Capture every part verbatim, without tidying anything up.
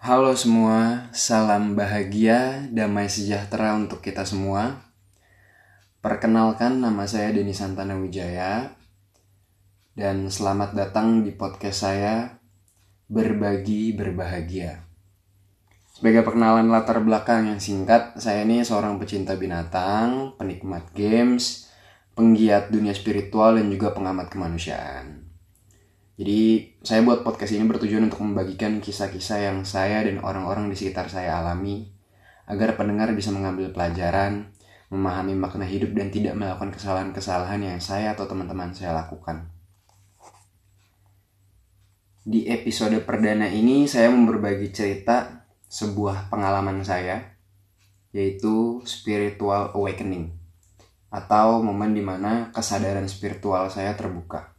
Halo semua, salam bahagia, damai sejahtera untuk kita semua. Perkenalkan, nama saya Denny Santana Wijaya dan selamat datang di podcast saya Berbagi Berbahagia. Sebagai perkenalan latar belakang yang singkat, saya ini seorang pecinta binatang, penikmat games, penggiat dunia spiritual dan juga pengamat kemanusiaan. Jadi saya buat podcast ini bertujuan untuk membagikan kisah-kisah yang saya dan orang-orang di sekitar saya alami agar pendengar bisa mengambil pelajaran, memahami makna hidup dan tidak melakukan kesalahan-kesalahan yang saya atau teman-teman saya lakukan. Di episode perdana ini saya mau berbagi cerita sebuah pengalaman saya, yaitu spiritual awakening atau momen dimana kesadaran spiritual saya terbuka.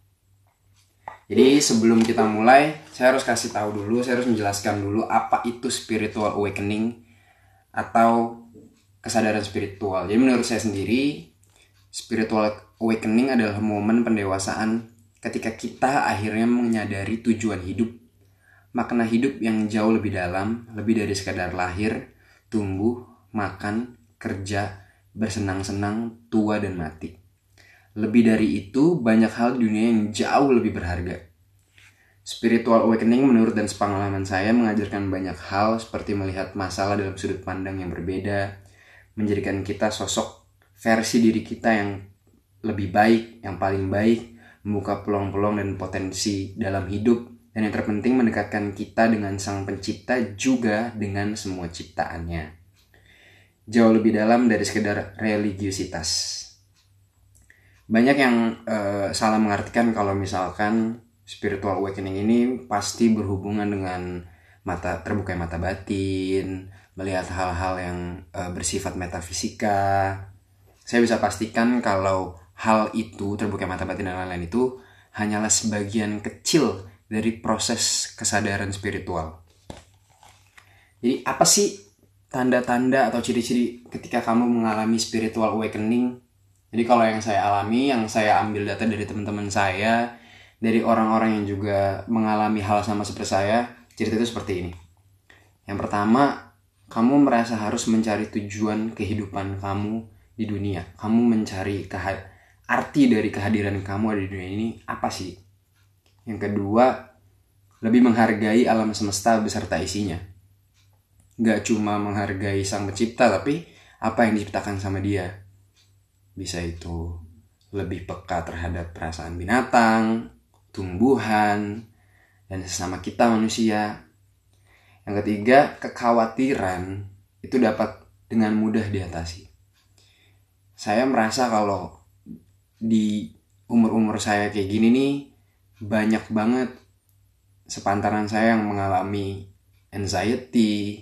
Jadi sebelum kita mulai, saya harus kasih tahu dulu, saya harus menjelaskan dulu apa itu spiritual awakening atau kesadaran spiritual. Jadi menurut saya sendiri, spiritual awakening adalah momen pendewasaan ketika kita akhirnya menyadari tujuan hidup, makna hidup yang jauh lebih dalam, lebih dari sekadar lahir, tumbuh, makan, kerja, bersenang-senang, tua dan mati. Lebih dari itu, banyak hal di dunia yang jauh lebih berharga. Spiritual awakening menurut dan sepengalaman saya mengajarkan banyak hal seperti melihat masalah dalam sudut pandang yang berbeda, menjadikan kita sosok versi diri kita yang lebih baik, yang paling baik, membuka peluang-peluang dan potensi dalam hidup, dan yang terpenting mendekatkan kita dengan Sang Pencipta juga dengan semua ciptaannya. Jauh lebih dalam dari sekedar religiusitas. Banyak yang uh, salah mengartikan kalau misalkan spiritual awakening ini pasti berhubungan dengan mata terbuka mata batin, melihat hal-hal yang uh, bersifat metafisika. Saya bisa pastikan kalau hal itu, terbuka mata batin dan lain-lain itu hanyalah sebagian kecil dari proses kesadaran spiritual. Jadi apa sih tanda-tanda atau ciri-ciri ketika kamu mengalami spiritual awakening? Jadi kalau yang saya alami, yang saya ambil data dari teman-teman saya, dari orang-orang yang juga mengalami hal sama seperti saya, cerita itu seperti ini. Yang pertama, kamu merasa harus mencari tujuan kehidupan kamu di dunia. Kamu mencari kehad- arti dari kehadiran kamu di dunia ini apa sih? Yang kedua, lebih menghargai alam semesta beserta isinya. Gak cuma menghargai Sang Pencipta, tapi apa yang diciptakan sama dia. Bisa itu lebih peka terhadap perasaan binatang, tumbuhan, dan sesama kita manusia. Yang ketiga, kekhawatiran itu dapat dengan mudah diatasi. Saya merasa kalau di umur-umur saya kayak gini nih, banyak banget sepantaran saya yang mengalami anxiety,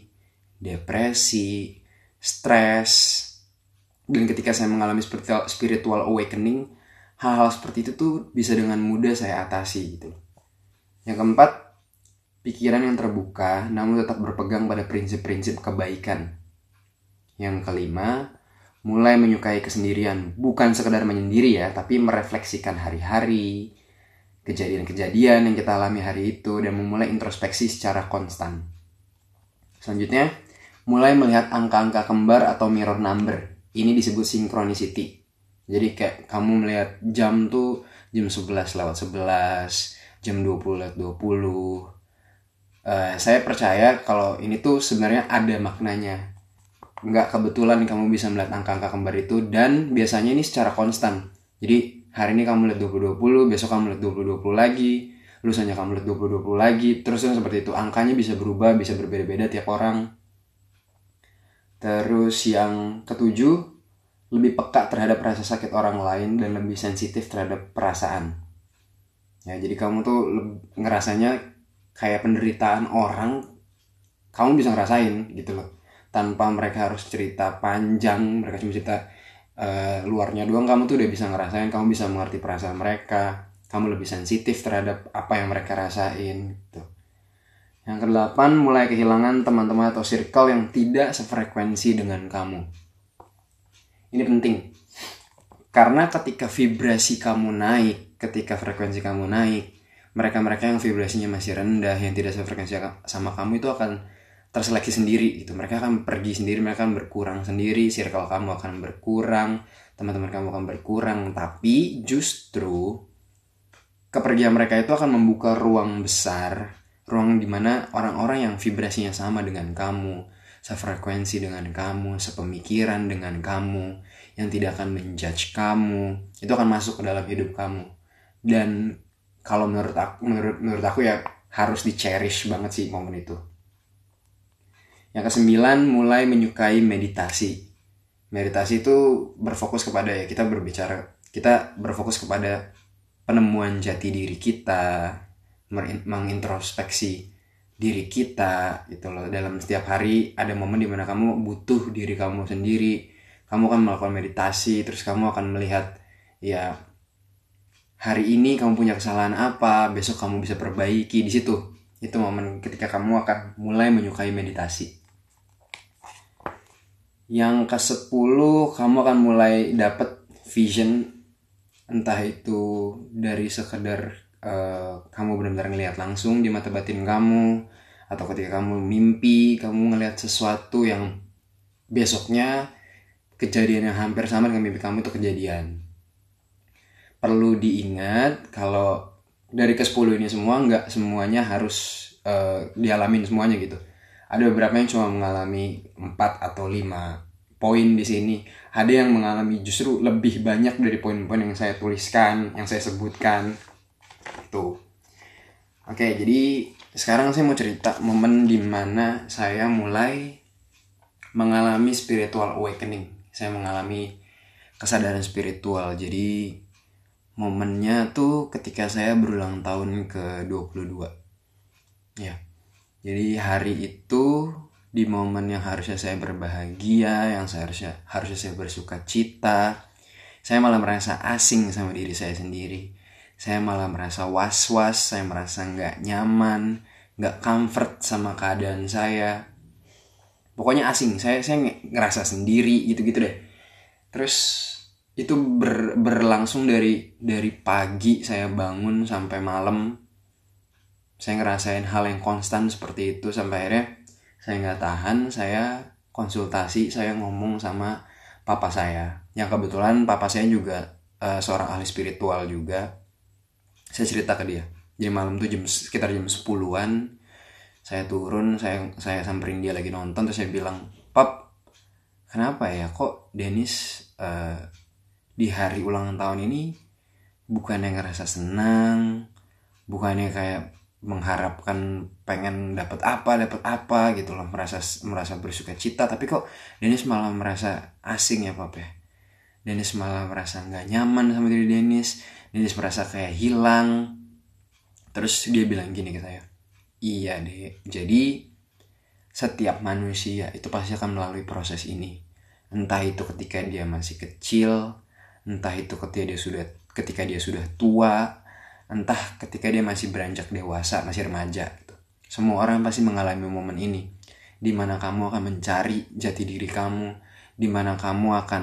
depresi, stres. Dan ketika saya mengalami spiritual, spiritual awakening, hal-hal seperti itu tuh bisa dengan mudah saya atasi gitu. Yang keempat, pikiran yang terbuka namun tetap berpegang pada prinsip-prinsip kebaikan. Yang kelima, mulai menyukai kesendirian, bukan sekedar menyendiri ya, tapi merefleksikan hari-hari, kejadian-kejadian yang kita alami hari itu, dan memulai introspeksi secara konstan. Selanjutnya, mulai melihat angka-angka kembar atau mirror number. Ini disebut synchronicity. Jadi kayak kamu melihat jam tuh jam sebelas lewat sebelas, jam dua puluh lewat dua puluh. Uh, saya percaya kalau ini tuh sebenarnya ada maknanya. Nggak kebetulan kamu bisa melihat angka-angka kembar itu, dan biasanya ini secara konstan. Jadi hari ini kamu lihat dua puluh dua puluh, besok kamu lihat dua puluh dua puluh lagi, lusanya kamu lihat dua puluh dua puluh lagi, terus seperti itu. Angkanya bisa berubah, bisa berbeda-beda tiap orang. Terus yang ketujuh, lebih peka terhadap rasa sakit orang lain dan lebih sensitif terhadap perasaan. Ya, jadi kamu tuh ngerasanya kayak penderitaan orang, kamu bisa ngerasain gitu loh. Tanpa mereka harus cerita panjang, mereka cuma cerita uh, luarnya doang, kamu tuh udah bisa ngerasain, kamu bisa mengerti perasaan mereka, kamu lebih sensitif terhadap apa yang mereka rasain gitu. Yang kedelapan, mulai kehilangan teman-teman atau circle yang tidak sefrekuensi dengan kamu. Ini penting. Karena ketika vibrasi kamu naik, ketika frekuensi kamu naik, mereka-mereka yang vibrasinya masih rendah, yang tidak sefrekuensi sama kamu itu akan terseleksi sendiri gitu. Mereka akan pergi sendiri, mereka akan berkurang sendiri, circle kamu akan berkurang, teman-teman kamu akan berkurang. Tapi justru kepergian mereka itu akan membuka ruang besar, ruang dimana orang-orang yang vibrasinya sama dengan kamu, sefrekuensi dengan kamu, sepemikiran dengan kamu, yang tidak akan menjudge kamu, itu akan masuk ke dalam hidup kamu. Dan kalau menurut aku, menurut, menurut aku ya harus di-cherish banget sih momen itu. Yang kesembilan, mulai menyukai meditasi. Meditasi itu berfokus kepada ya kita berbicara, kita berfokus kepada penemuan jati diri kita, mengintrospeksi diri kita gitu loh. Dalam setiap hari ada momen dimana kamu butuh diri kamu sendiri, kamu akan melakukan meditasi, terus kamu akan melihat ya hari ini kamu punya kesalahan apa, besok kamu bisa perbaiki. Di situ itu momen ketika kamu akan mulai menyukai meditasi. Yang kesepuluh, kamu akan mulai dapat vision, entah itu dari sekedar uh, kamu benar-benar ngelihat langsung di mata batin kamu, atau ketika kamu mimpi kamu ngelihat sesuatu yang besoknya kejadian yang hampir sama dengan mimpi kamu itu kejadian. Perlu diingat kalau dari kesepuluh ini semua nggak semuanya harus uh, dialamin semuanya gitu. Ada beberapa yang cuma mengalami empat atau lima poin di sini. Ada yang mengalami justru lebih banyak dari poin-poin yang saya tuliskan, yang saya sebutkan. Tuh. Oke, jadi sekarang saya mau cerita momen di mana saya mulai mengalami spiritual awakening. Saya mengalami kesadaran spiritual. Jadi momennya tuh ketika saya berulang tahun ke dua puluh dua. Ya. Jadi hari itu di momen yang harusnya saya berbahagia, yang seharusnya harusnya saya bersuka cita, saya malah merasa asing sama diri saya sendiri. Saya malah merasa was-was, saya merasa nggak nyaman, nggak comfort sama keadaan saya. Pokoknya asing, saya saya ngerasa sendiri gitu-gitu deh. Terus itu ber, berlangsung dari dari pagi saya bangun sampai malam. Saya ngerasain hal yang konstan seperti itu sampai akhirnya saya nggak tahan, saya konsultasi, saya ngomong sama papa saya. Yang kebetulan papa saya juga uh, seorang ahli spiritual juga. Saya cerita ke dia. Jadi malam tuh jam sekitar jam sepuluhan, saya turun, saya saya samperin dia lagi nonton, terus saya bilang, "Pap, kenapa ya kok Dennis uh, di hari ulang tahun ini bukannya ngerasa senang, bukannya kayak mengharapkan pengen dapat apa dapat apa gitu loh, merasa merasa bersuka cita, tapi kok Dennis malah merasa asing ya Pap ya. Dennis malah merasa nggak nyaman sama diri Dennis. Dennis merasa kayak hilang." Terus dia bilang gini ke saya, "Iya deh, jadi setiap manusia itu pasti akan melalui proses ini. Entah itu ketika dia masih kecil, entah itu ketika dia sudah ketika dia sudah tua, entah ketika dia masih beranjak dewasa, masih remaja gitu. Semua orang pasti mengalami momen ini, di mana kamu akan mencari jati diri kamu, di mana kamu akan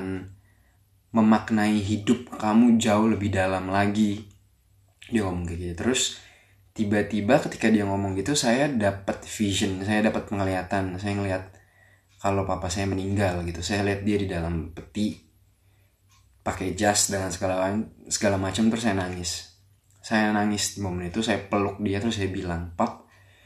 memaknai hidup kamu jauh lebih dalam lagi." Dia ngomong kayak gitu. Terus tiba-tiba ketika dia ngomong gitu, saya dapat vision, saya dapat penglihatan. Saya ngelihat kalau papa saya meninggal gitu. Saya lihat dia di dalam peti pakai jas dengan segala segala macam, terus saya nangis. Saya nangis di momen itu, saya peluk dia, terus saya bilang, "Pap,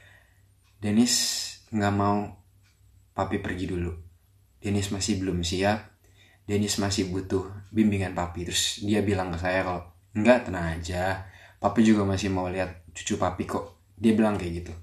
Dennis gak mau papi pergi dulu. Dennis masih belum siap. Dennis masih butuh bimbingan papi." Terus dia bilang ke saya kalau, "Enggak, tenang aja. Papi juga masih mau lihat cucu papi kok." Dia bilang kayak gitu.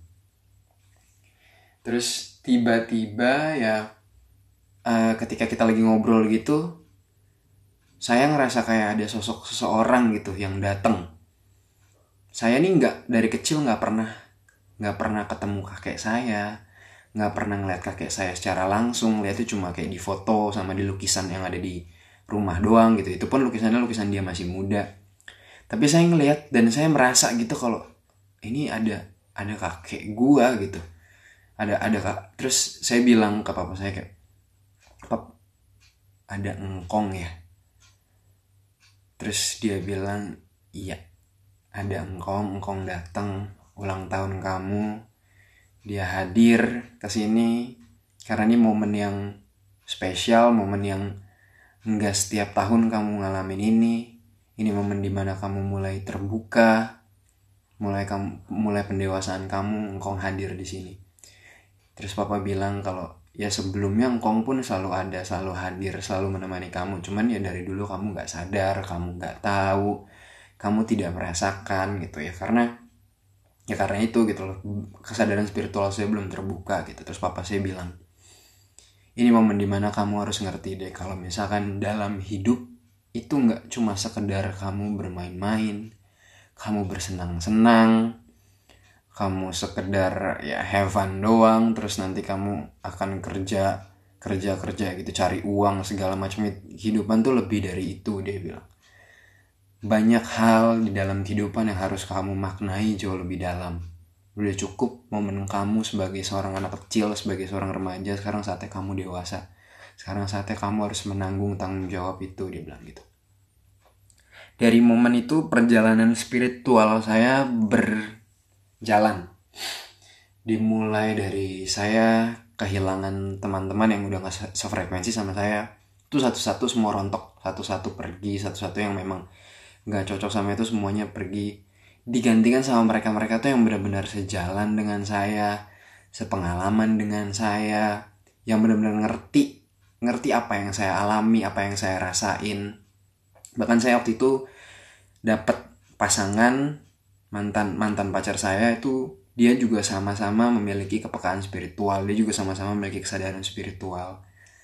Terus tiba-tiba ya uh, ketika kita lagi ngobrol gitu, saya ngerasa kayak ada sosok seseorang gitu yang datang. Saya nih nggak dari kecil nggak pernah nggak pernah ketemu kakek saya, nggak pernah ngeliat kakek saya secara langsung. Lihatnya cuma kayak di foto sama di lukisan yang ada di rumah doang gitu. Itu pun lukisannya lukisan dia masih muda. Tapi saya ngeliat dan saya merasa gitu kalau ini ada ada kakek gua gitu. Ada ada kak. Terus saya bilang ke papa saya kayak, "Pap, ada engkong ya?" Terus dia bilang, "Iya, ada engkong, engkong datang ulang tahun kamu, dia hadir ke sini karena ini momen yang spesial, momen yang enggak setiap tahun kamu ngalamin ini. Ini momen dimana kamu mulai terbuka, mulai kamu mulai pendewasaan kamu, engkong hadir di sini. Terus papa bilang kalau ya sebelumnya engkong pun selalu ada, selalu hadir, selalu menemani kamu. Cuman ya dari dulu kamu gak sadar, kamu gak tahu, kamu tidak merasakan gitu ya. Karena ya karena itu gitu loh, kesadaran spiritual saya belum terbuka gitu. Terus papa saya bilang, ini momen dimana kamu harus ngerti deh kalau misalkan dalam hidup itu gak cuma sekedar kamu bermain-main, kamu bersenang-senang, kamu sekedar ya have fun doang, terus nanti kamu akan kerja kerja kerja gitu, cari uang segala macam. Kehidupan tuh lebih dari itu, dia bilang. Banyak hal di dalam kehidupan yang harus kamu maknai jauh lebih dalam. Udah cukup momen kamu sebagai seorang anak kecil, sebagai seorang remaja. Sekarang saatnya kamu dewasa, sekarang saatnya kamu harus menanggung tanggung jawab itu, dia bilang gitu. Dari momen itu perjalanan spiritual saya ber jalan. Dimulai dari saya kehilangan teman-teman yang udah gak sefrekuensi sama saya. Itu satu-satu semua rontok, satu-satu pergi, satu-satu yang memang gak cocok sama itu semuanya pergi. Digantikan sama mereka-mereka tuh yang benar-benar sejalan dengan saya, sepengalaman dengan saya, yang benar-benar ngerti ngerti apa yang saya alami, apa yang saya rasain. Bahkan saya waktu itu dapat pasangan, mantan mantan pacar saya itu, dia juga sama-sama memiliki kepekaan spiritual, dia juga sama-sama memiliki kesadaran spiritual.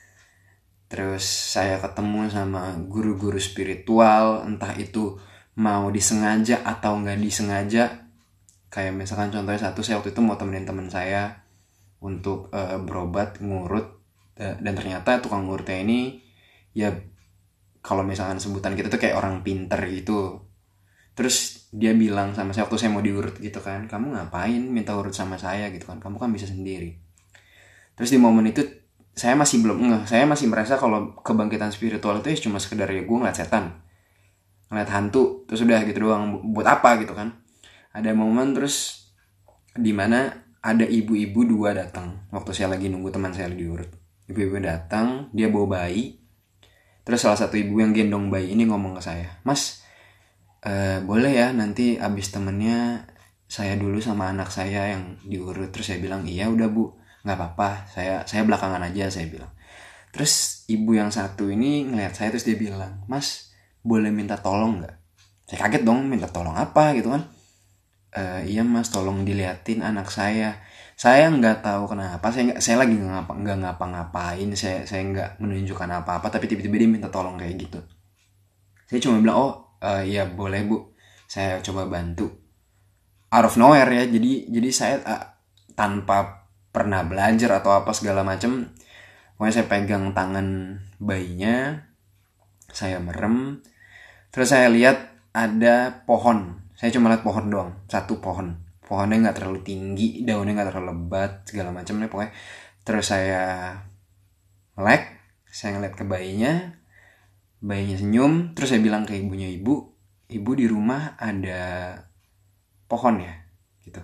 Terus saya ketemu sama guru-guru spiritual, entah itu mau disengaja atau nggak disengaja. Kayak misalkan contohnya satu, saya waktu itu mau temenin teman saya untuk uh, berobat, ngurut, uh, dan ternyata tukang ngurutnya ini ya kalau misalkan sebutan kita tuh kayak orang pinter gitu. Terus dia bilang sama saya waktu saya mau diurut gitu kan, kamu ngapain minta urut sama saya gitu kan, kamu kan bisa sendiri. Terus di momen itu saya masih belum ngeh, saya masih merasa kalau kebangkitan spiritual itu cuma sekedar ya gue ngeliat setan, ngeliat hantu, terus udah gitu doang, buat apa gitu kan. Ada momen terus dimana ada ibu-ibu dua datang waktu saya lagi nunggu teman saya diurut. Ibu-ibu datang, dia bawa bayi. Terus salah satu ibu yang gendong bayi ini ngomong ke saya, mas, Uh, boleh ya nanti abis temennya saya dulu sama anak saya yang diurut. Terus saya bilang iya udah bu, nggak apa-apa, saya saya belakangan aja, saya bilang. Terus ibu yang satu ini ngeliat saya, terus dia bilang, mas boleh minta tolong nggak? Saya kaget dong, minta tolong apa gitu kan. Uh, iya mas, tolong diliatin anak saya. Saya nggak tahu kenapa, saya nggak, saya lagi nggak ngapa nggak ngapa-ngapain, saya saya nggak menunjukkan apa-apa, tapi tiba-tiba dia minta tolong kayak gitu. Saya cuma bilang oh Uh, ya boleh bu, saya coba bantu. Out of nowhere ya, jadi jadi saya uh, tanpa pernah belajar atau apa segala macam, pokoknya saya pegang tangan bayinya, saya merem, terus saya lihat ada pohon. Saya cuma lihat pohon doang, satu pohon. Pohonnya nggak terlalu tinggi, daunnya nggak terlalu lebat segala macam nih pokoknya. Terus saya melek, saya ngeliat ke bayinya. Bayinya senyum, terus saya bilang ke ibunya, ibu, ibu di rumah ada pohon ya, gitu.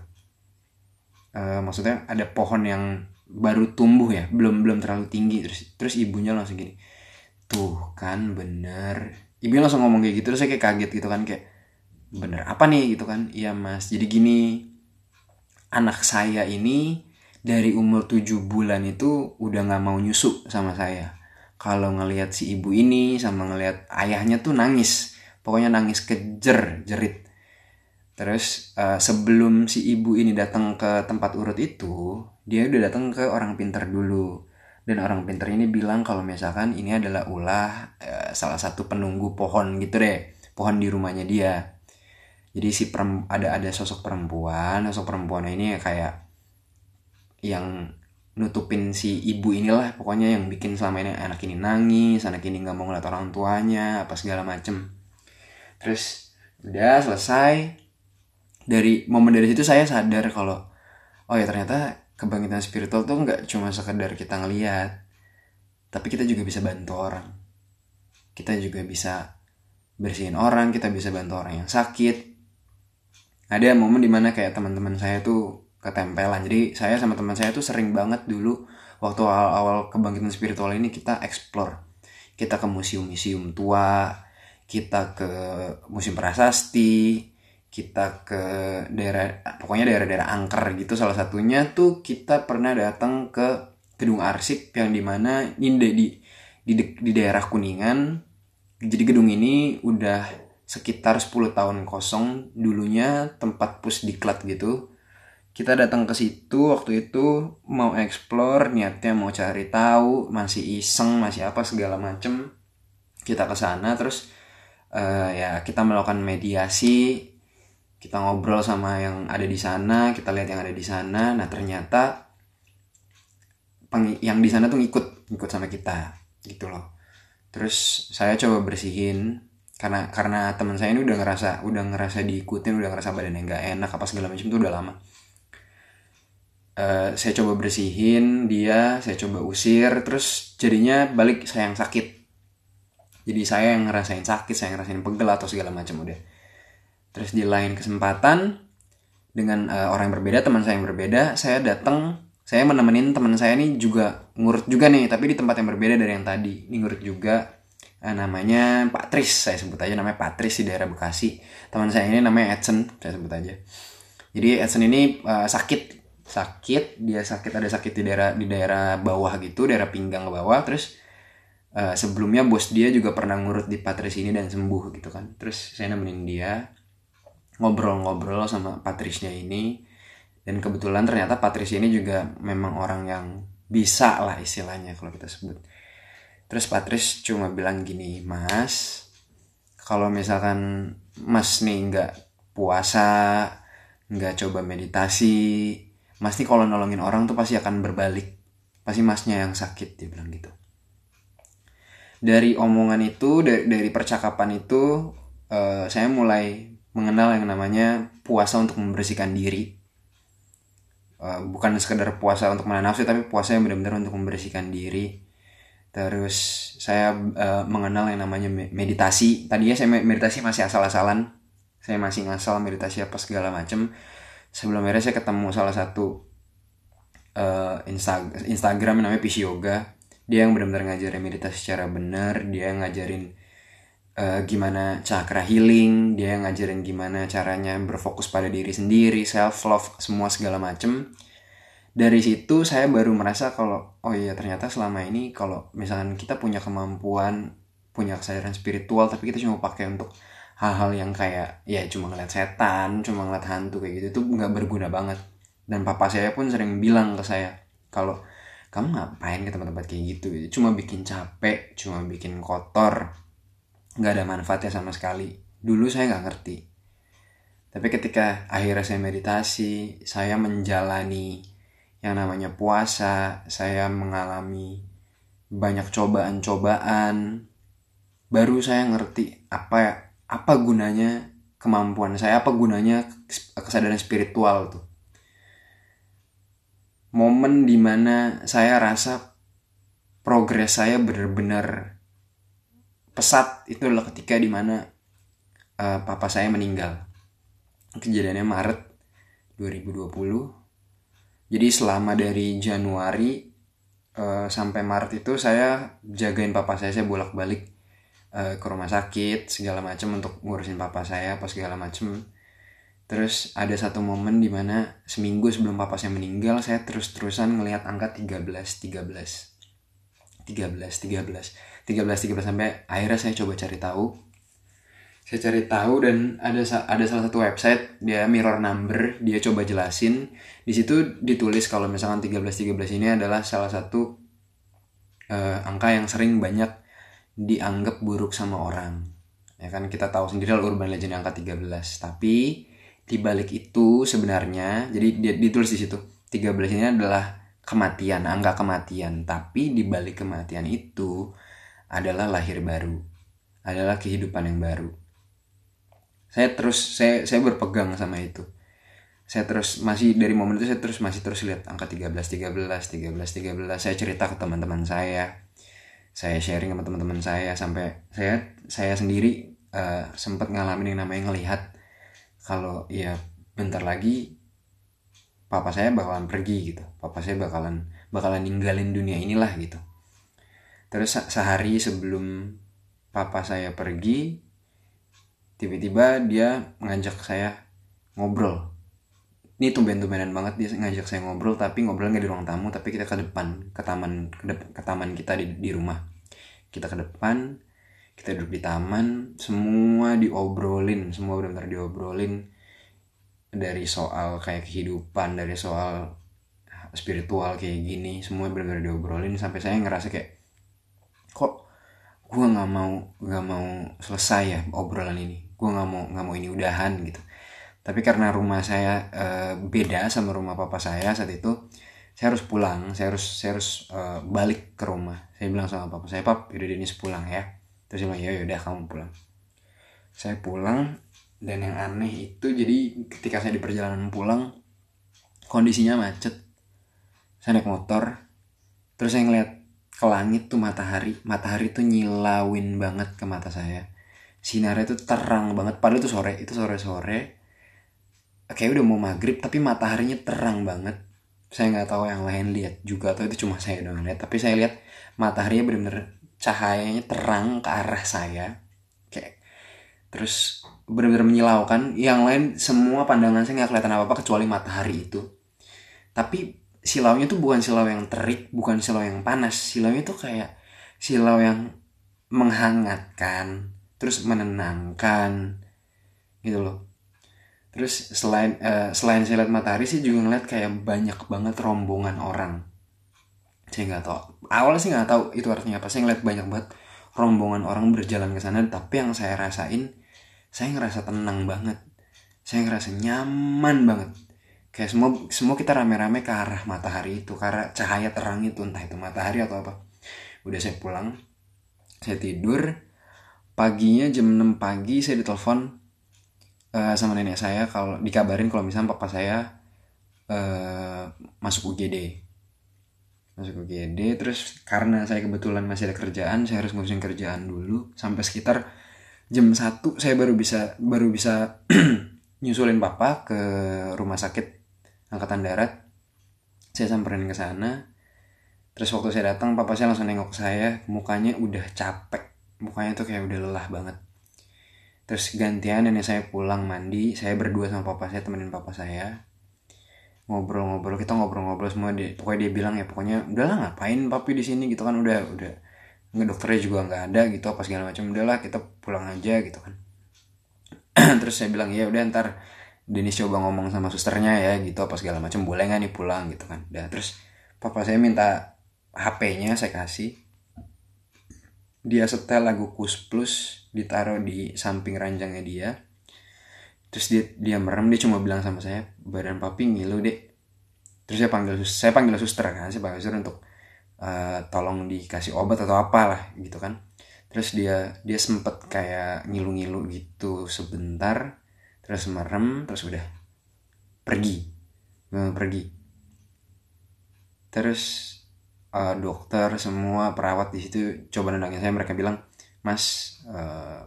E, maksudnya ada pohon yang baru tumbuh ya, belum belum terlalu tinggi. Terus terus ibunya langsung gini, tuh kan bener. Ibunya langsung ngomong kayak gitu, terus saya kayak kaget gitu kan, kayak bener apa nih gitu kan. Iya mas, jadi gini, anak saya ini dari umur tujuh bulan itu udah nggak mau nyusu sama saya. Kalau ngelihat si ibu ini sama ngelihat ayahnya tuh nangis, pokoknya nangis kejer jerit. Terus uh, sebelum si ibu ini datang ke tempat urut itu, dia udah datang ke orang pintar dulu. Dan orang pintar ini bilang kalau misalkan ini adalah ulah uh, salah satu penunggu pohon gitu deh, pohon di rumahnya dia. Jadi si perem, ada ada sosok perempuan, sosok perempuan ini kayak yang nutupin si ibu inilah, pokoknya yang bikin selama ini anak ini nangis, anak ini nggak mau ngeliat orang tuanya apa segala macem. Terus udah selesai. Dari momen dari situ saya sadar kalau oh ya ternyata kebangkitan spiritual tuh nggak cuma sekedar kita ngeliat, tapi kita juga bisa bantu orang, kita juga bisa bersihin orang, kita bisa bantu orang yang sakit, ada momen dimana kayak teman-teman saya tuh ketempelan. Jadi saya sama teman saya tuh sering banget dulu waktu awal-awal kebangkitan spiritual ini kita explore. Kita ke museum-museum tua, kita ke museum prasasti, kita ke daerah, pokoknya daerah-daerah angker gitu. Salah satunya tuh kita pernah datang ke gedung arsip yang dimana ini di, di, di, di daerah Kuningan. Jadi gedung ini udah sekitar sepuluh tahun kosong, dulunya tempat pusdiklat gitu. Kita datang ke situ waktu itu mau explore, niatnya mau cari tahu, masih iseng, masih apa segala macem. Kita ke sana terus uh, ya kita melakukan mediasi, kita ngobrol sama yang ada di sana, kita lihat yang ada di sana. Nah ternyata peng- yang di sana tuh ngikut, ngikut sama kita gitu loh. Terus saya coba bersihin karena karena teman saya ini udah ngerasa udah ngerasa diikutin, udah ngerasa badannya nggak enak apa segala macam tuh udah lama. Uh, saya coba bersihin dia, saya coba usir, terus jadinya balik saya yang sakit. Jadi saya yang ngerasain sakit, saya yang ngerasain pegel atau segala macam udah. Terus di lain kesempatan dengan uh, orang yang berbeda, teman saya yang berbeda, saya datang, saya menemenin teman saya ini juga ngurut juga nih, tapi di tempat yang berbeda dari yang tadi. Ini ngurut juga, uh, namanya Pak Tris, saya sebut aja namanya Pak Tris di daerah Bekasi. Teman saya ini namanya Edson, saya sebut aja. Jadi Edson ini uh, sakit. sakit dia sakit ada sakit di daerah di daerah bawah gitu, daerah pinggang ke bawah. Terus uh, sebelumnya bos dia juga pernah ngurut di Patris ini dan sembuh gitu kan. Terus saya nemenin dia ngobrol-ngobrol sama Patrisnya ini, dan kebetulan ternyata Patris ini juga memang orang yang bisa lah istilahnya kalau kita sebut. Terus Patris cuma bilang gini, Mas, kalau misalkan Mas nih nggak puasa, nggak coba meditasi, Mas nih kalau nolongin orang tuh pasti akan berbalik. Pasti Masnya yang sakit, dia bilang gitu. Dari omongan itu, dari, dari percakapan itu, uh, saya mulai mengenal yang namanya puasa untuk membersihkan diri. Uh, bukan sekedar puasa untuk menahan nafsu, tapi puasa yang benar-benar untuk membersihkan diri. Terus saya uh, mengenal yang namanya meditasi. Tadinya saya meditasi masih asal-asalan. Saya masih ngasal meditasi apa segala macem. Sebelum akhirnya saya ketemu salah satu uh, Insta- Instagram namanya P C Yoga. Dia yang benar-benar ngajarin meditasi secara benar. Dia yang ngajarin uh, gimana cakra healing. Dia yang ngajarin gimana caranya berfokus pada diri sendiri, self love, semua segala macem. Dari situ saya baru merasa kalau oh iya ternyata selama ini kalau misalkan kita punya kemampuan, punya kesadaran spiritual, tapi kita cuma pakai untuk hal-hal yang kayak ya cuma ngeliat setan, cuma ngeliat hantu kayak gitu, itu nggak berguna banget. Dan papa saya pun sering bilang ke saya kalau kamu ngapain ke tempat-tempat kayak gitu, cuma bikin capek, cuma bikin kotor, nggak ada manfaatnya sama sekali. Dulu saya nggak ngerti, tapi ketika akhirnya saya meditasi, saya menjalani yang namanya puasa, saya mengalami banyak cobaan-cobaan, baru saya ngerti apa ya apa gunanya kemampuan saya, apa gunanya kesadaran spiritual tuh. Momen dimana saya rasa progres saya benar-benar pesat itu adalah ketika dimana uh, papa saya meninggal. Kejadiannya Maret dua ribu dua puluh. Jadi selama dari Januari uh, sampai Maret itu saya jagain papa saya, saya bolak-balik ke rumah sakit segala macam untuk ngurusin papa saya apa segala macam. Terus ada satu momen dimana seminggu sebelum papa saya meninggal, saya terus-terusan ngelihat angka tiga belas tiga belas tiga belas tiga belas tiga belas tiga belas sampai akhirnya saya coba cari tahu. Saya cari tahu dan ada ada salah satu website, dia mirror number, dia coba jelasin. Di situ ditulis kalau misalkan tiga belas tiga belas ini adalah salah satu uh, angka yang sering banyak dianggap buruk sama orang. Ya kan kita tahu sendiri urban legend angka tiga belas. Tapi di balik itu sebenarnya, jadi dia ditulis di situ, tiga belas ini adalah kematian, angka kematian. Tapi di balik kematian itu adalah lahir baru, adalah kehidupan yang baru. Saya terus saya saya berpegang sama itu. Saya terus masih dari momen itu saya terus masih terus lihat angka tiga belas tiga belas tiga belas tiga belas. Saya cerita ke teman-teman saya. Saya sharing sama teman-teman saya sampai saya saya sendiri uh, sempat ngalamin yang namanya ngelihat kalau ya bentar lagi papa saya bakalan pergi gitu, papa saya bakalan bakalan ninggalin dunia inilah gitu. Terus sehari sebelum papa saya pergi, tiba-tiba dia ngajak saya ngobrol. Ini tumben-tumbenan banget dia ngajak saya ngobrol, tapi ngobrolnya nggak di ruang tamu, tapi kita ke depan, ke taman, ke, de- ke taman kita di, di rumah. Kita ke depan, kita duduk di taman, semua diobrolin, semua benar-benar diobrolin, dari soal kayak kehidupan, dari soal spiritual kayak gini, semua benar-benar diobrolin sampai saya ngerasa kayak kok gue nggak mau nggak mau selesai ya obrolan ini, gue nggak mau nggak mau ini udahan gitu. Tapi karena rumah saya e, beda sama rumah papa saya saat itu, saya harus pulang, saya harus saya harus e, balik ke rumah. Saya bilang sama papa saya, pap, yaudah Denis pulang ya. Terus dia bilang, ya yaudah kamu pulang. Saya pulang, dan yang aneh itu jadi ketika saya di perjalanan pulang, kondisinya macet. Saya naik motor, terus saya ngeliat ke langit tuh matahari, matahari tuh nyilauin banget ke mata saya. Sinarnya tuh terang banget, padahal itu sore, itu sore-sore. Kayak udah mau maghrib tapi mataharinya terang banget. Saya nggak tahu yang lain lihat juga atau itu cuma saya doang lihat, tapi saya lihat mataharinya benar-benar cahayanya terang ke arah saya, kayak terus benar-benar menyilaukan. Yang lain semua pandangan saya nggak kelihatan apa-apa kecuali matahari itu. Tapi silaunya tuh bukan silau yang terik, bukan silau yang panas, silaunya tuh kayak silau yang menghangatkan, terus menenangkan gitu loh. Terus selain uh, selain saya lihat matahari, sih juga ngeliat kayak banyak banget rombongan orang. Saya nggak tahu. Awalnya sih nggak tahu itu artinya apa. Saya ngeliat banyak banget rombongan orang berjalan ke sana. Tapi yang saya rasain, saya ngerasa tenang banget. Saya ngerasa nyaman banget. Kayak semua semua kita rame-rame ke arah matahari itu, ke arah cahaya terang itu, entah itu matahari atau apa. Udah saya pulang, saya tidur. Paginya jam enam pagi saya ditelepon Uh, sama nenek saya, kalau dikabarin kalau misalnya papa saya uh, masuk U G D, masuk U G D. Terus karena saya kebetulan masih ada kerjaan, saya harus ngurusin kerjaan dulu sampai sekitar jam satu saya baru bisa baru bisa nyusulin papa ke rumah sakit angkatan darat. Saya samperin ke sana. Terus waktu saya datang, papa saya langsung nengok saya, mukanya udah capek, mukanya tuh kayak udah lelah banget. Terus gantian nenek saya pulang mandi, saya berdua sama papa saya, temenin papa saya ngobrol-ngobrol, kita ngobrol-ngobrol semua. Dia pokoknya dia bilang ya pokoknya udahlah ngapain papi di sini gitu kan, udah udah nggak, dokternya juga nggak ada gitu apa segala macam, udahlah kita pulang aja gitu kan. Terus saya bilang ya udah ntar Denis coba ngomong sama susternya ya gitu apa segala macam, boleh nggak nih pulang gitu kan. Udah, terus papa saya minta H P-nya, saya kasih. Dia setel lagu Kus Plus, ditaruh di samping ranjangnya dia. Terus dia dia merem, dia cuma bilang sama saya, badan papi ngilu dek. Terus saya panggil saya panggil suster kan, saya panggil suster untuk uh, tolong dikasih obat atau apalah gitu kan. Terus dia dia sempet kayak ngilu-ngilu gitu sebentar, terus merem, terus udah pergi, memang pergi. Terus uh, dokter semua perawat di situ coba nendangin saya, mereka bilang, mas, uh,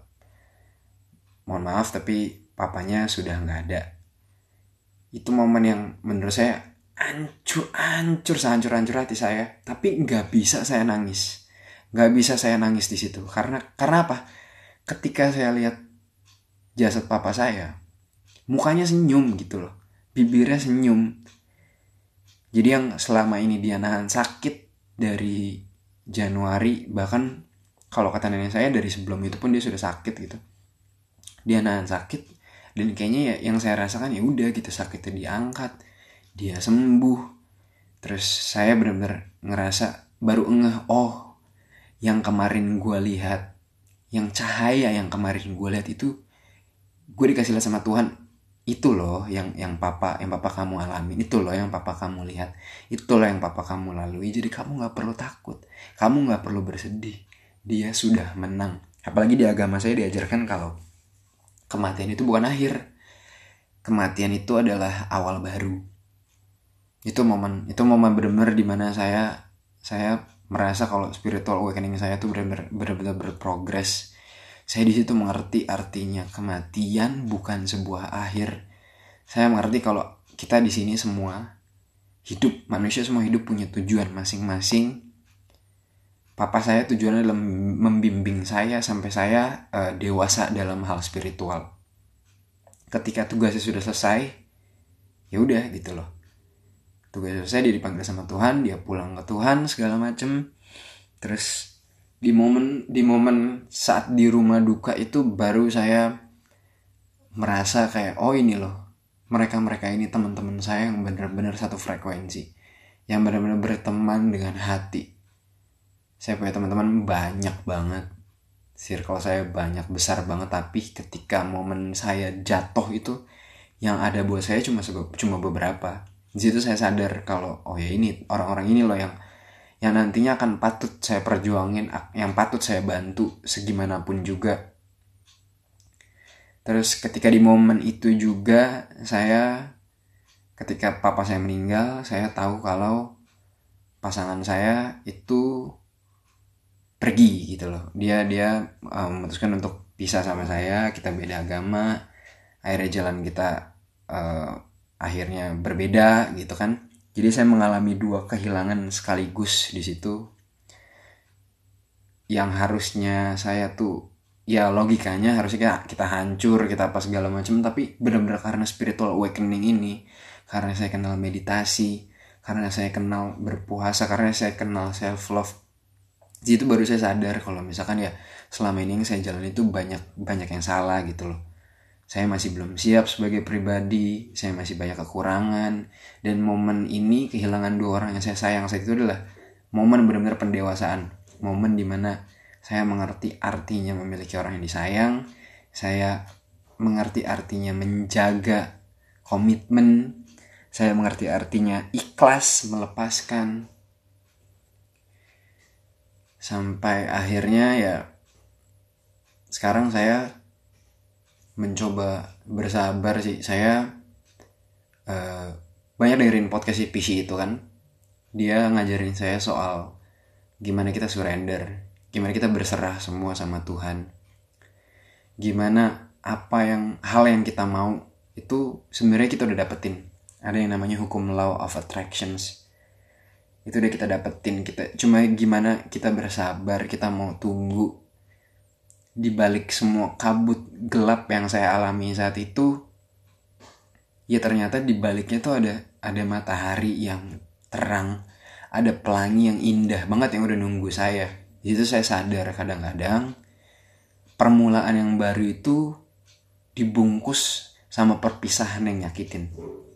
mohon maaf tapi papanya sudah nggak ada. Itu momen yang menurut saya hancur hancur sehancur hancur hati saya, tapi nggak bisa saya nangis, nggak bisa saya nangis di situ. Karena karena apa? Ketika saya lihat jasad papa saya, mukanya senyum gitu loh, bibirnya senyum. Jadi yang selama ini dia nahan sakit dari Januari, bahkan kalau kata nenek saya dari sebelum itu pun dia sudah sakit gitu. Dia nahan sakit, dan kayaknya ya yang saya rasakan ya udah gitu, sakitnya diangkat, dia sembuh. Terus saya benar-benar ngerasa baru ngeh, oh yang kemarin gue lihat, yang cahaya yang kemarin gue lihat itu gue dikasih lihat sama Tuhan. Itu loh yang yang papa yang papa kamu alamin, itu loh yang papa kamu lihat, itu loh yang papa kamu lalui. Jadi kamu nggak perlu takut, kamu nggak perlu bersedih, dia sudah menang. Apalagi di agama saya diajarkan kalau kematian itu bukan akhir, kematian itu adalah awal baru. Itu momen itu momen benar-benar dimana saya saya merasa kalau spiritual awakening saya tuh benar-benar benar-benar berprogres. Saya di situ mengerti artinya kematian bukan sebuah akhir, Saya mengerti kalau kita di sini semua hidup, manusia semua hidup punya tujuan masing-masing. Papa saya tujuannya adalah membimbing saya sampai saya uh, dewasa dalam hal spiritual. Ketika tugasnya sudah selesai, ya udah gitu loh. Tugasnya selesai, dia dipanggil sama Tuhan, dia pulang ke Tuhan segala macem. Terus di momen di momen saat di rumah duka itu baru saya merasa kayak, oh ini loh, mereka-mereka ini teman-teman saya yang benar-benar satu frekuensi, yang benar-benar berteman dengan hati. Saya punya teman-teman banyak banget, circle saya banyak, besar banget, tapi ketika momen saya jatuh itu yang ada buat saya cuma cuma beberapa. Di situ saya sadar kalau oh ya ini orang-orang ini loh yang yang nantinya akan patut saya perjuangin, yang patut saya bantu segimanapun juga. Terus ketika di momen itu juga saya, ketika papa saya meninggal, saya tahu kalau pasangan saya itu pergi gitu loh. Dia dia um, memutuskan untuk pisah sama saya, kita beda agama, akhirnya jalan kita uh, akhirnya berbeda gitu kan. Jadi saya mengalami dua kehilangan sekaligus di situ. Yang harusnya saya tuh ya logikanya harusnya kita hancur, kita apa segala macam, tapi benar-benar karena spiritual awakening ini, karena saya kenal meditasi, karena saya kenal berpuasa, karena saya kenal self love. Jadi itu baru saya sadar kalau misalkan ya selama ini yang saya jalan itu banyak banyak yang salah gitu loh. Saya masih belum siap sebagai pribadi, saya masih banyak kekurangan, dan momen ini kehilangan dua orang yang saya sayang saat itu adalah momen benar-benar pendewasaan, momen dimana saya mengerti artinya memiliki orang yang disayang, saya mengerti artinya menjaga komitmen, saya mengerti artinya ikhlas melepaskan. Sampai akhirnya ya sekarang saya mencoba bersabar sih. Saya uh, banyak dengerin podcast P C itu kan. Dia ngajarin saya soal gimana kita surrender, gimana kita berserah semua sama Tuhan, gimana apa yang hal yang kita mau itu sebenarnya kita udah dapetin. Ada yang namanya hukum law of attractions, itu udah kita dapetin. Kita cuma gimana kita bersabar, kita mau tunggu. Di balik semua kabut gelap yang saya alami saat itu, ya ternyata di baliknya tuh ada ada matahari yang terang, ada pelangi yang indah banget yang udah nunggu saya. Di situ saya sadar kadang-kadang permulaan yang baru itu dibungkus sama perpisahan yang nyakitin.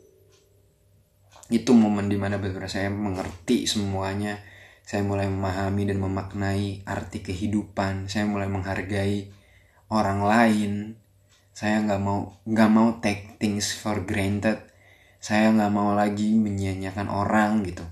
Itu momen dimana benar-benar saya mengerti semuanya. Saya mulai memahami dan memaknai arti kehidupan. Saya mulai menghargai orang lain. Saya nggak mau nggak mau take things for granted. Saya nggak mau lagi menyia-nyiakan orang gitu.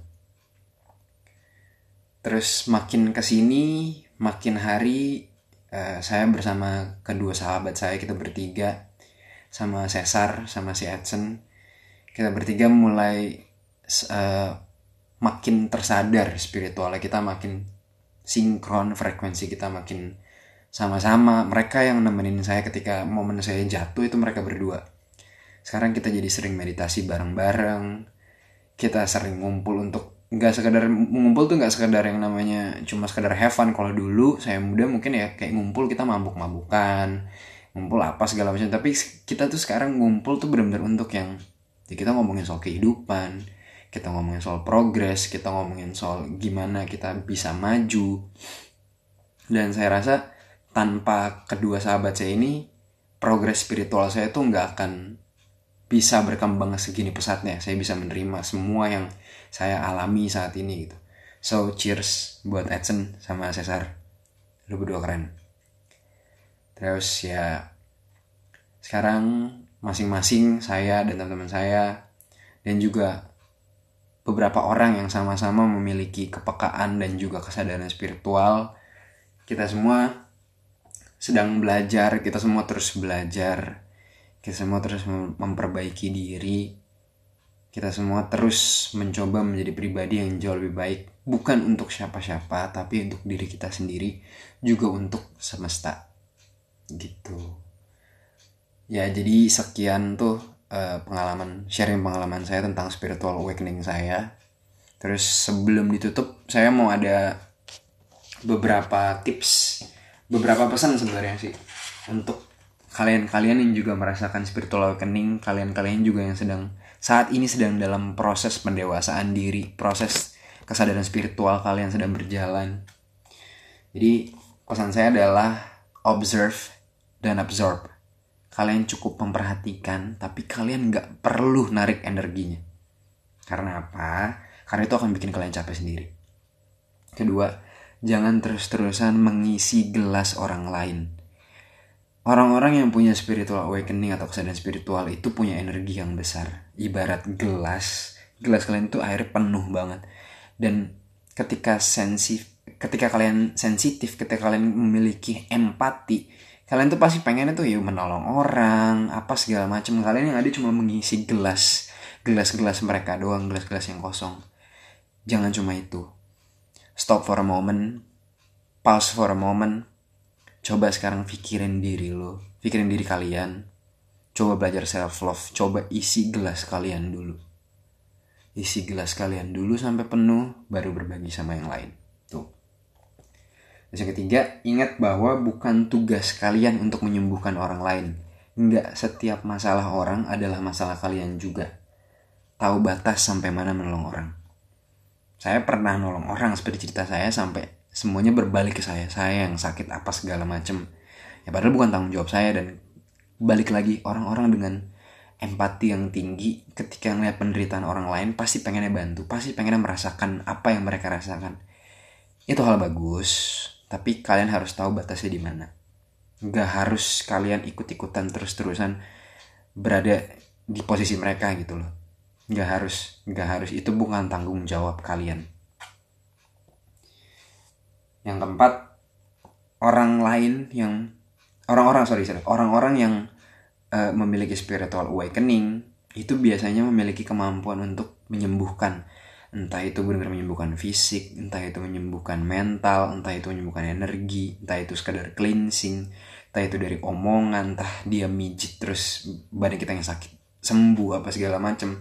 Terus makin kesini, makin hari, uh, saya bersama kedua sahabat saya, kita bertiga, sama Cesar, sama si Edson, kita bertiga mulai uh, makin tersadar spiritualnya kita, makin sinkron, frekuensi kita makin sama-sama. Mereka yang nemenin saya ketika momen saya jatuh itu mereka berdua. Sekarang kita jadi sering meditasi bareng-bareng, kita sering ngumpul untuk nggak sekedar ngumpul tuh nggak sekedar yang namanya cuma sekedar have fun. Kalau dulu saya muda mungkin ya kayak ngumpul kita mabuk-mabukan, ngumpul apa segala macam. Tapi kita tuh sekarang ngumpul tuh benar-benar untuk yang ya kita ngomongin soal kehidupan, kita ngomongin soal progres, kita ngomongin soal gimana kita bisa maju. Dan saya rasa tanpa kedua sahabat saya ini, progres spiritual saya tuh nggak akan bisa berkembang segini pesatnya. Saya bisa menerima semua yang saya alami saat ini gitu. So cheers buat Edson sama Cesar, lu berdua keren. Terus ya sekarang masing-masing saya dan teman-teman saya dan juga beberapa orang yang sama-sama memiliki kepekaan dan juga kesadaran spiritual, kita semua sedang belajar, kita semua terus belajar, kita semua terus memperbaiki diri, kita semua terus mencoba menjadi pribadi yang jauh lebih baik, bukan untuk siapa-siapa tapi untuk diri kita sendiri, juga untuk semesta gitu. Ya jadi sekian tuh uh, pengalaman sharing pengalaman saya tentang spiritual awakening saya. Terus sebelum ditutup, saya mau ada beberapa tips, beberapa pesan sebenarnya sih untuk kalian-kalian yang juga merasakan spiritual awakening, kalian-kalian juga yang sedang saat ini sedang dalam proses pendewasaan diri, proses kesadaran spiritual kalian sedang berjalan. Jadi pesan saya adalah observe dan absorb. Kalian cukup memperhatikan, tapi kalian gak perlu narik energinya. Karena apa? Karena itu akan bikin kalian capek sendiri. Kedua, jangan terus-terusan mengisi gelas orang lain. Orang-orang yang punya spiritual awakening atau kesadaran spiritual itu punya energi yang besar. Ibarat gelas, gelas kalian itu airnya penuh banget. Dan ketika sensitif, ketika kalian sensitif, ketika kalian memiliki empati, kalian tuh pasti pengennya tuh ya menolong orang, apa segala macam. Kalian yang ada cuma mengisi gelas, gelas-gelas mereka doang, gelas-gelas yang kosong. Jangan cuma itu. Stop for a moment, pause for a moment. Coba sekarang pikirin diri lo, pikirin diri kalian. Coba belajar self love, coba isi gelas kalian dulu. Isi gelas kalian dulu sampai penuh, baru berbagi sama yang lain. Tuh. Terus yang ketiga, ingat bahwa bukan tugas kalian untuk menyembuhkan orang lain. Enggak setiap masalah orang adalah masalah kalian juga. Tahu batas sampai mana menolong orang. Saya pernah nolong orang seperti cerita saya sampai semuanya berbalik ke saya. Saya yang sakit apa segala macem. Ya padahal bukan tanggung jawab saya. Dan balik lagi, orang-orang dengan empati yang tinggi ketika ngeliat penderitaan orang lain pasti pengennya bantu, pasti pengennya merasakan apa yang mereka rasakan. Itu hal bagus, tapi kalian harus tahu batasnya di mana. Gak harus kalian ikut-ikutan terus-terusan berada di posisi mereka gitu loh. Gak harus, gak harus. Itu bukan tanggung jawab kalian. Yang keempat, orang lain yang orang-orang sorry sorry orang-orang yang uh, memiliki spiritual awakening itu biasanya memiliki kemampuan untuk menyembuhkan. Entah itu benar-benar menyembuhkan fisik, entah itu menyembuhkan mental, entah itu menyembuhkan energi, entah itu sekadar cleansing, entah itu dari omongan, entah dia mijit terus badan kita yang sakit sembuh apa segala macam.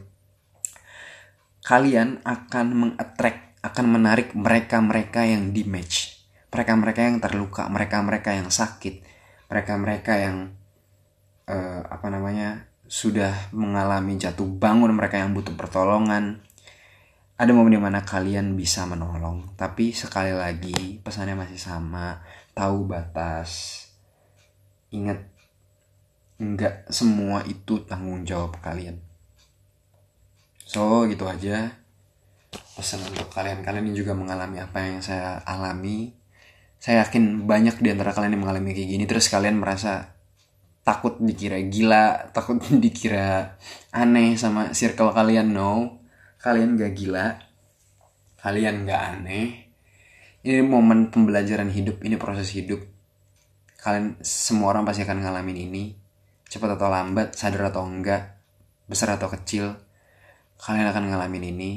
Kalian akan meng-attract, akan menarik mereka-mereka yang damage, mereka-mereka yang terluka, mereka-mereka yang sakit, mereka-mereka yang uh, apa namanya sudah mengalami jatuh bangun, mereka yang butuh pertolongan. Ada momen dimana kalian bisa menolong, tapi sekali lagi pesannya masih sama, tahu batas. Ingat, enggak semua itu tanggung jawab kalian. So gitu aja pesan untuk kalian-kalian yang juga mengalami apa yang saya alami. Saya yakin banyak di antara kalian yang mengalami kayak gini, terus kalian merasa takut dikira gila, takut dikira aneh sama circle kalian. No, kalian gak gila, kalian gak aneh. Ini momen pembelajaran hidup, ini proses hidup. Kalian semua orang pasti akan ngalamin ini, cepat atau lambat, sadar atau enggak, besar atau kecil, kalian akan ngalamin ini.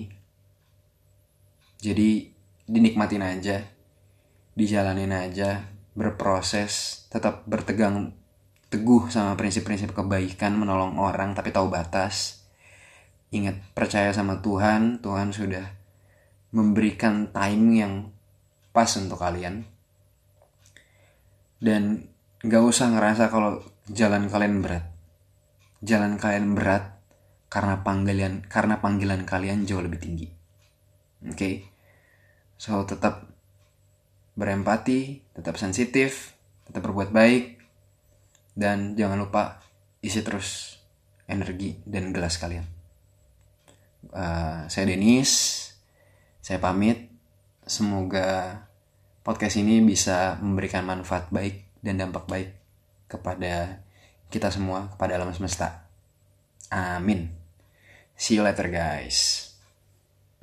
Jadi dinikmatin aja, dijalanin aja, berproses, tetap bertegang teguh sama prinsip-prinsip kebaikan, menolong orang tapi tahu batas. Ingat, percaya sama Tuhan. Tuhan sudah memberikan timing yang pas untuk kalian. Dan gak usah ngerasa kalau jalan kalian berat. Jalan kalian berat karena panggilan karena panggilan kalian jauh lebih tinggi. Oke. Okay? So tetap berempati, tetap sensitif, tetap berbuat baik, dan jangan lupa isi terus energi dan gelas kalian. Uh, saya Denis, saya pamit. Semoga podcast ini bisa memberikan manfaat baik dan dampak baik kepada kita semua, kepada alam semesta. Amin. See you later guys.